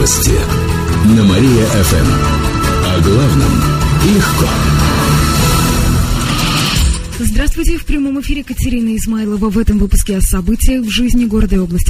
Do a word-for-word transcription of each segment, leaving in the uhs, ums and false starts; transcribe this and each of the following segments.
Новости на Мария-ФМ. О главном легко. Здравствуйте, в прямом эфире Катерина Измайлова. В этом выпуске о событиях в жизни города и области.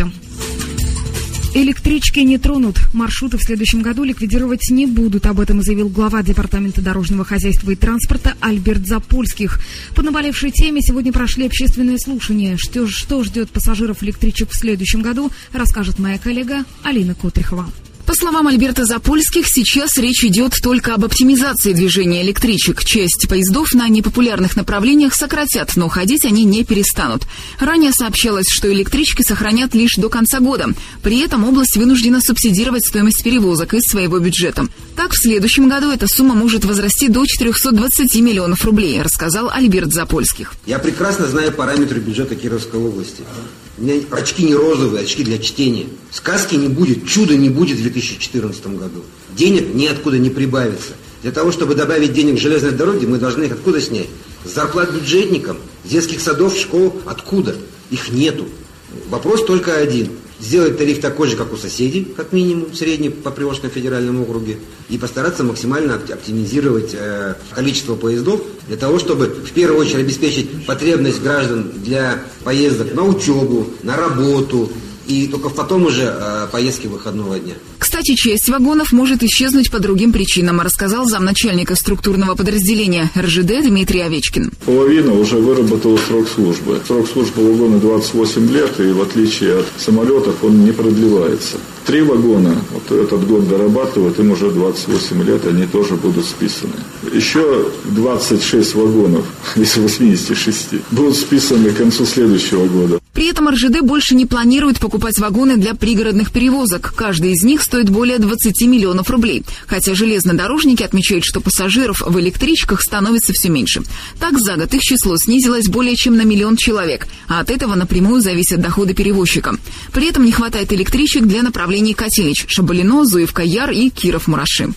Электрички не тронут. Маршруты в следующем году ликвидировать не будут. Об этом заявил глава Департамента дорожного хозяйства и транспорта Альберт Запольских. По наболевшей теме сегодня прошли общественные слушания. Что, что ждет пассажиров электричек в следующем году, расскажет моя коллега Алина Котрихова. По словам Альберта Запольских, сейчас речь идет только об оптимизации движения электричек. Часть поездов на непопулярных направлениях сократят, но ходить они не перестанут. Ранее сообщалось, что электрички сохранят лишь до конца года. При этом область вынуждена субсидировать стоимость перевозок из своего бюджета. Так, в следующем году эта сумма может возрасти до четырехсот двадцати миллионов рублей, рассказал Альберт Запольских. Я прекрасно знаю параметры бюджета Кировской области. У меня очки не розовые, очки для чтения. Сказки не будет, чуда не будет в две тысячи четырнадцатом году. Денег ниоткуда не прибавится. Для того, чтобы добавить денег в железной дороге, мы должны их откуда снять? С зарплат бюджетникам, с детских садов, школ. Откуда? Их нету. Вопрос только один. Сделать тариф такой же, как у соседей, как минимум, средний по Приволжскому федеральному округе, и постараться максимально оптимизировать э, количество поездов для того, чтобы в первую очередь обеспечить потребность граждан для поездок на учебу, на работу, и только потом уже э, поездки выходного дня. Кстати, часть вагонов может исчезнуть по другим причинам, рассказал замначальника структурного подразделения эр жэ дэ Дмитрий Овечкин. Половина уже выработала срок службы. Срок службы вагона двадцать восемь лет, и в отличие от самолетов он не продлевается. Три вагона вот этот год дорабатывают, им уже двадцать восемь лет, они тоже будут списаны. Еще двадцать шесть вагонов из восьмидесяти шести будут списаны к концу следующего года. При этом эр жэ дэ больше не планирует покупать вагоны для пригородных перевозок. Каждый из них стоит более двадцати миллионов рублей. Хотя железнодорожники отмечают, что пассажиров в электричках становится все меньше. Так, за год их число снизилось более чем на миллион человек, а от этого напрямую зависят доходы перевозчика. При этом не хватает электричек для направлений Котелич, Шабалино, Зуевка-Яр и Киров-Мураши.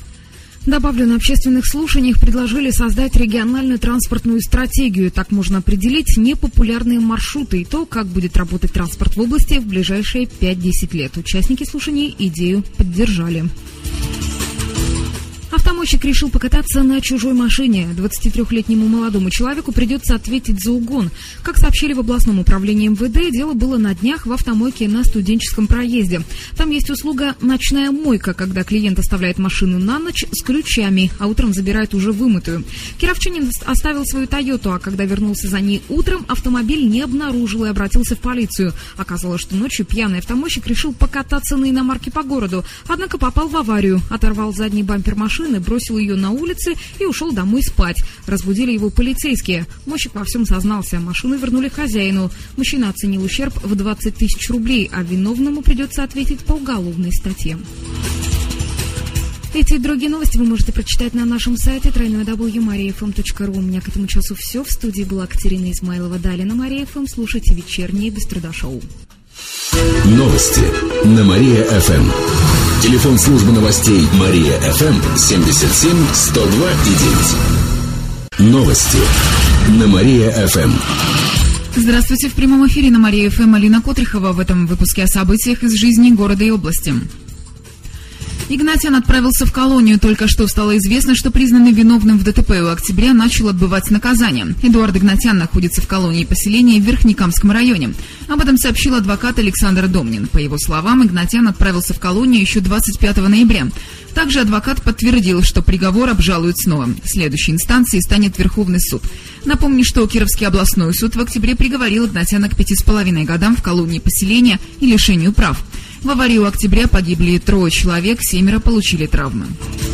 Добавлю, на общественных слушаниях предложили создать региональную транспортную стратегию. Так можно определить непопулярные маршруты и то, как будет работать транспорт в области в ближайшие пять-десять лет. Участники слушаний идею поддержали. Автомойщик решил покататься на чужой машине. двадцатитрёхлетнему молодому человеку придется ответить за угон. Как сообщили в областном управлении эм вэ дэ, дело было на днях в автомойке на Студенческом проезде. Там есть услуга «ночная мойка», когда клиент оставляет машину на ночь с ключами, а утром забирает уже вымытую. Кировчанин оставил свою «Тойоту», а когда вернулся за ней утром, автомобиль не обнаружил и обратился в полицию. Оказалось, что ночью пьяный автомойщик решил покататься на иномарке по городу, однако попал в аварию, оторвал задний бампер машины, бросил ее на улице и ушел домой спать. Разбудили его полицейские. Мойщик во всем сознался. Машину вернули хозяину. Мужчина оценил ущерб в двадцать тысяч рублей, а виновному придется ответить по уголовной статье. Эти и другие новости вы можете прочитать на нашем сайте дабл ю дабл ю дабл ю точка мария эф эм точка ру. У меня к этому часу все. В студии была Катерина Измайлова. Далее на Мария-ФМ слушайте вечернее без труда шоу. Новости на Мария-ФМ. Телефон службы новостей Мария-ФМ семьдесят семь сто два и девять. Новости на Мария-ФМ. Здравствуйте, в прямом эфире на Мария-ФМ Алина Котрихова. В этом выпуске о событиях из жизни города и области. Игнатьян отправился в колонию. Только что стало известно, что признанный виновным в ДТП у октября начал отбывать наказание. Эдуард Игнатьян находится в колонии поселения в Верхнекамском районе. Об этом сообщил адвокат Александр Домнин. По его словам, Игнатьян отправился в колонию еще двадцать пятого ноября. Также адвокат подтвердил, что приговор обжалуют снова. Следующей инстанцией станет Верховный суд. Напомню, что Кировский областной суд в октябре приговорил Игнатьяна к пяти с половиной годам в колонии поселения и лишению прав. В аварии у октября погибли трое человек, семеро получили травмы.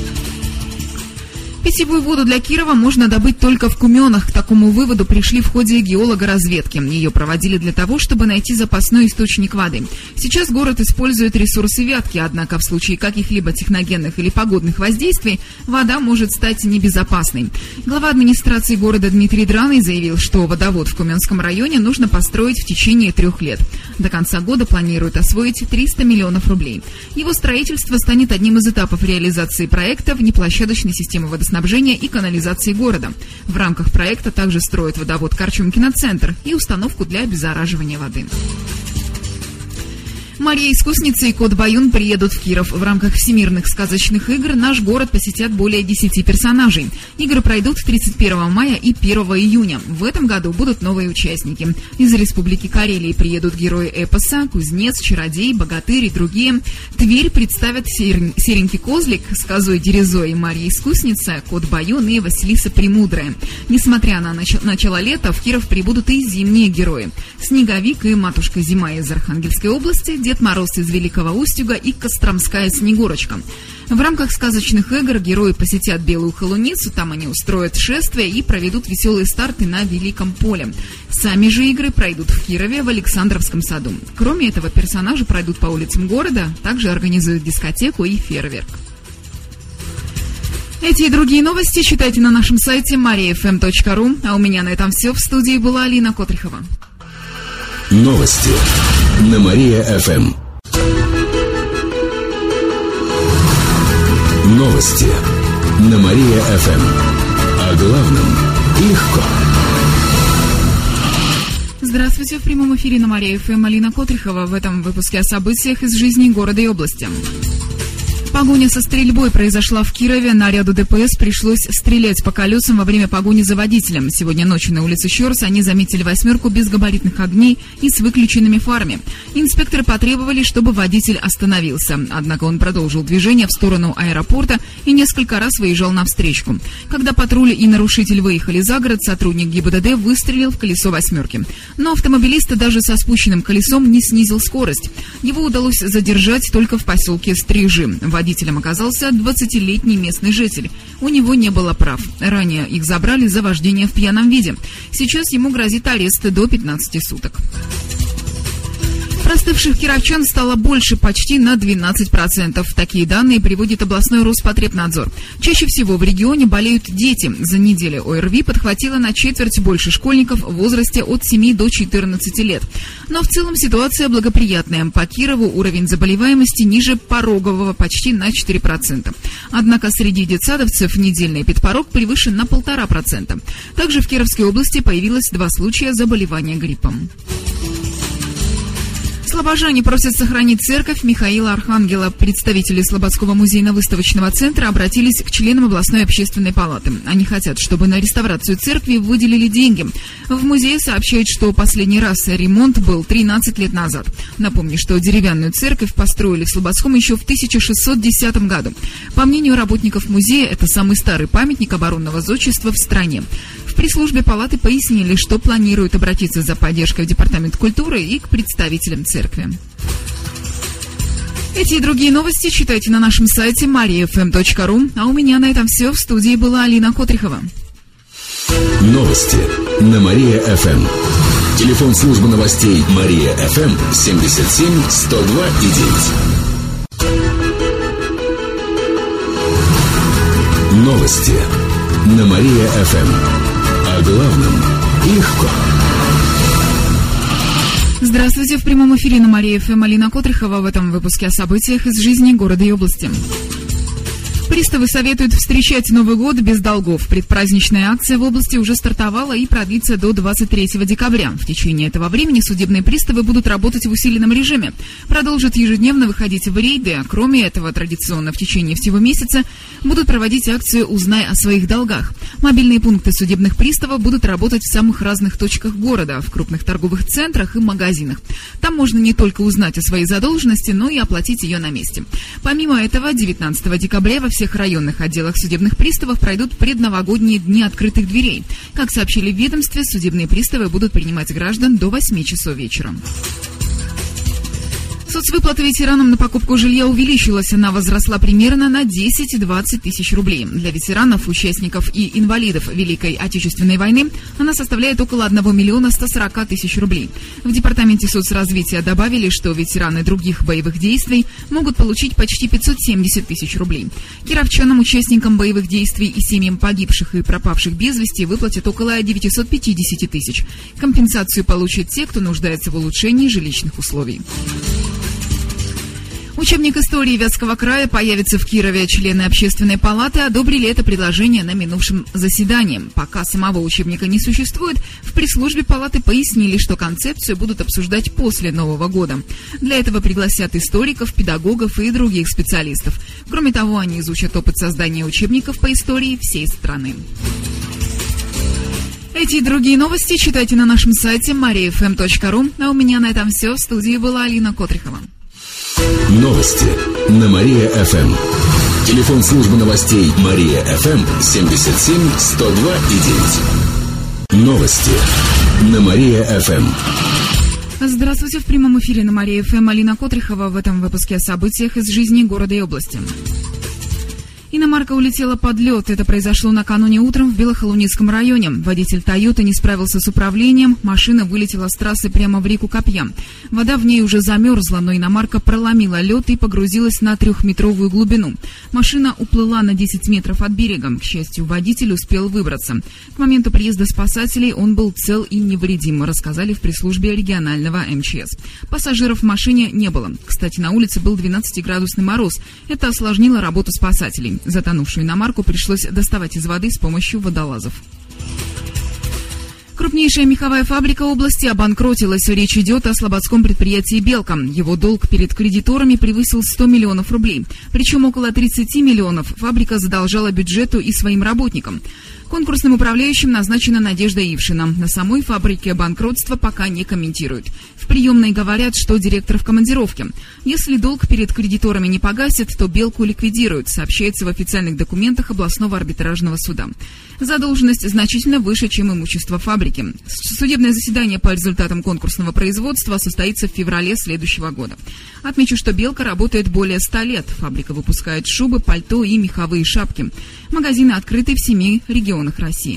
Питьевую воду для Кирова можно добыть только в Куменах. К такому выводу пришли в ходе геологоразведки. Ее проводили для того, чтобы найти запасной источник воды. Сейчас город использует ресурсы Вятки, однако в случае каких-либо техногенных или погодных воздействий вода может стать небезопасной. Глава администрации города Дмитрий Драный заявил, что водовод в Куменском районе нужно построить в течение трех лет. До конца года планируют освоить триста миллионов рублей. Его строительство станет одним из этапов реализации проекта внеплощадочной системы водоснабжения и канализации города. В рамках проекта также строят водовод Корчумкино-центр и установку для обеззараживания воды. Мария Искусница и Кот Баюн приедут в Киров. В рамках всемирных сказочных игр наш город посетят более десяти персонажей. Игры пройдут тридцать первого мая и первого июня. В этом году будут новые участники. Из Республики Карелии приедут герои эпоса, кузнец, чародей, богатырь и другие. Тверь представят сер... Серенький Козлик с козой Дерезой, Мария Искусница, Кот Баюн и Василиса Премудрая. Несмотря на нач... начало лета, в Киров прибудут и зимние герои. Снеговик и Матушка Зима из Архангельской области, Дед Мороз из Великого Устюга и Костромская Снегурочка. В рамках сказочных игр герои посетят Белую Холуницу, там они устроят шествие и проведут веселые старты на Великом поле. Сами же игры пройдут в Кирове, в Александровском саду. Кроме этого, персонажи пройдут по улицам города, также организуют дискотеку и фейерверк. Эти и другие новости читайте на нашем сайте мария эф эм точка ру. А у меня на этом все. В студии была Алина Котрихова. Новости на Мария-ФМ. Новости на Мария-ФМ. О главном легко. Здравствуйте, в прямом эфире на Мария-ФМ Алина Котрихова. В этом выпуске о событиях из жизни города и области. Погоня со стрельбой произошла в Кирове. Наряду ДПС пришлось стрелять по колесам во время погони за водителем. Сегодня ночью на улице Щорс они заметили восьмерку без габаритных огней и с выключенными фарами. Инспекторы потребовали, чтобы водитель остановился. Однако он продолжил движение в сторону аэропорта и несколько раз выезжал на встречку. Когда патруль и нарушитель выехали за город, сотрудник ГИБДД выстрелил в колесо восьмерки. Но автомобилист даже со спущенным колесом не снизил скорость. Его удалось задержать только в поселке Стрижи. Водителем оказался двадцатилетний местный житель. У него не было прав. Ранее их забрали за вождение в пьяном виде. Сейчас ему грозит арест до пятнадцати суток. Простывших кировчан стало больше почти на двенадцать процентов. Такие данные приводит областной Роспотребнадзор. Чаще всего в регионе болеют дети. За неделю ОРВИ подхватило на четверть больше школьников в возрасте от семи до четырнадцати лет. Но в целом ситуация благоприятная. По Кирову уровень заболеваемости ниже порогового почти на четыре процента. Однако среди детсадовцев недельный эпидпорог превышен на полтора процента. Также в Кировской области появилось два случая заболевания гриппом. Слобожане просят сохранить церковь Михаила Архангела. Представители Слободского музейно-выставочного центра обратились к членам областной общественной палаты. Они хотят, чтобы на реставрацию церкви выделили деньги. В музее сообщают, что последний раз ремонт был тринадцать лет назад. Напомню, что деревянную церковь построили в Слободском еще в тысяча шестьсот десятом году. По мнению работников музея, это самый старый памятник оборонного зодчества в стране. В пресс-службе палаты пояснили, что планируют обратиться за поддержкой в Департамент культуры и к представителям церкви. Эти и другие новости читайте на нашем сайте мария эф эм точка ру. А у меня на этом все. В студии была Алина Котрихова. Новости на Мария-ФМ. Телефон службы новостей Мария-ФМ семьдесят семь сто два и девять. Новости на Мария-ФМ. О главном легко. Здравствуйте, в прямом эфире на Мария-ФМ Алина Котрихова. В этом выпуске о событиях из жизни города и области. Приставы советуют встречать Новый год без долгов. Предпраздничная акция в области уже стартовала и продлится до двадцать третьего декабря. В течение этого времени судебные приставы будут работать в усиленном режиме. Продолжат ежедневно выходить в рейды. Кроме этого, традиционно в течение всего месяца будут проводить акцию «Узнай о своих долгах». Мобильные пункты судебных приставов будут работать в самых разных точках города, в крупных торговых центрах и магазинах. Там можно не только узнать о своей задолженности, но и оплатить ее на месте. Помимо этого, девятнадцатого декабря во всех районных отделах судебных приставов пройдут предновогодние дни открытых дверей. Как сообщили в ведомстве, судебные приставы будут принимать граждан до восьми часов вечера. Соцвыплата ветеранам на покупку жилья увеличилась. Она возросла примерно на десять-двадцать тысяч рублей. Для ветеранов, участников и инвалидов Великой Отечественной войны она составляет около одного миллиона ста сорока тысяч рублей. В Департаменте соцразвития добавили, что ветераны других боевых действий могут получить почти пятьсот семьдесят тысяч рублей. Кировчанам, участникам боевых действий и семьям погибших и пропавших без вести выплатят около девятьсот пятьдесят тысяч. Компенсацию получат те, кто нуждается в улучшении жилищных условий. Учебник истории Вятского края появится в Кирове. Члены общественной палаты одобрили это предложение на минувшем заседании. Пока самого учебника не существует, в пресс-службе палаты пояснили, что концепцию будут обсуждать после Нового года. Для этого пригласят историков, педагогов и других специалистов. Кроме того, они изучат опыт создания учебников по истории всей страны. Эти и другие новости читайте на нашем сайте мария эф эм точка ру. А у меня на этом все. В студии была Алина Котрихова. Новости на Мария-ФМ. Телефон службы новостей Мария-ФМ семьдесят семь сто два и девять. Новости на Мария-ФМ. Здравствуйте, в прямом эфире на Мария-ФМ Алина Котрихова. В этом выпуске о событиях из жизни города и области. Иномарка улетела под лед. Это произошло накануне утром в Белохолуницком районе. Водитель «Тойоты» не справился с управлением. Машина вылетела с трассы прямо в реку Копья. Вода в ней уже замерзла, но иномарка проломила лед и погрузилась на трехметровую глубину. Машина уплыла на десять метров от берега. К счастью, водитель успел выбраться. К моменту приезда спасателей он был цел и невредим, рассказали в пресс-службе регионального эм че эс. Пассажиров в машине не было. Кстати, на улице был двенадцатиградусный мороз. Это осложнило работу спасателей. Затонувшую иномарку пришлось доставать из воды с помощью водолазов. Крупнейшая меховая фабрика области обанкротилась. Речь идет о слободском предприятии «Белка». Его долг перед кредиторами превысил сто миллионов рублей. Причем около тридцать миллионов фабрика задолжала бюджету и своим работникам. Конкурсным управляющим назначена Надежда Ившина. На самой фабрике банкротство пока не комментируют. В приемной говорят, что директор в командировке. Если долг перед кредиторами не погасит, то «Белку» ликвидируют, сообщается в официальных документах областного арбитражного суда. Задолженность значительно выше, чем имущество фабрики. Судебное заседание по результатам конкурсного производства состоится в феврале следующего года. Отмечу, что «Белка» работает более ста лет. Фабрика выпускает шубы, пальто и меховые шапки. Магазины открыты в семи регионах России.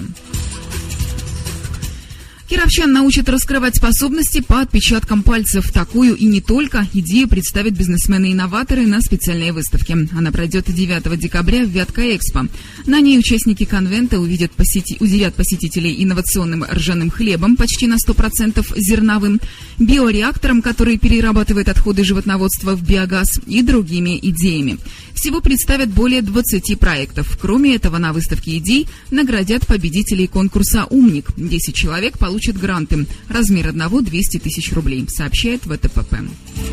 Кировчан научат раскрывать способности по отпечаткам пальцев. Такую и не только идею представят бизнесмены-инноваторы на специальной выставке. Она пройдет девятого декабря в Вятка-Экспо. На ней участники конвента увидят посети... удивят посетителей инновационным ржаным хлебом, почти на сто процентов зерновым, биореактором, который перерабатывает отходы животноводства в биогаз, и другими идеями. Всего представят более двадцати проектов. Кроме этого, на выставке идей наградят победителей конкурса «Умник». десять человек получат гранты. Размер одного – двести тысяч рублей, сообщает вэ тэ пэ пэ.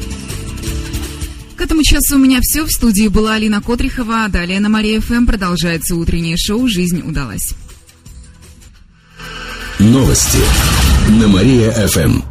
К этому часу у меня все. В студии была Алина Котрихова. Далее на Мария-ФМ продолжается утреннее шоу «Жизнь удалась». Новости на Мария-ФМ.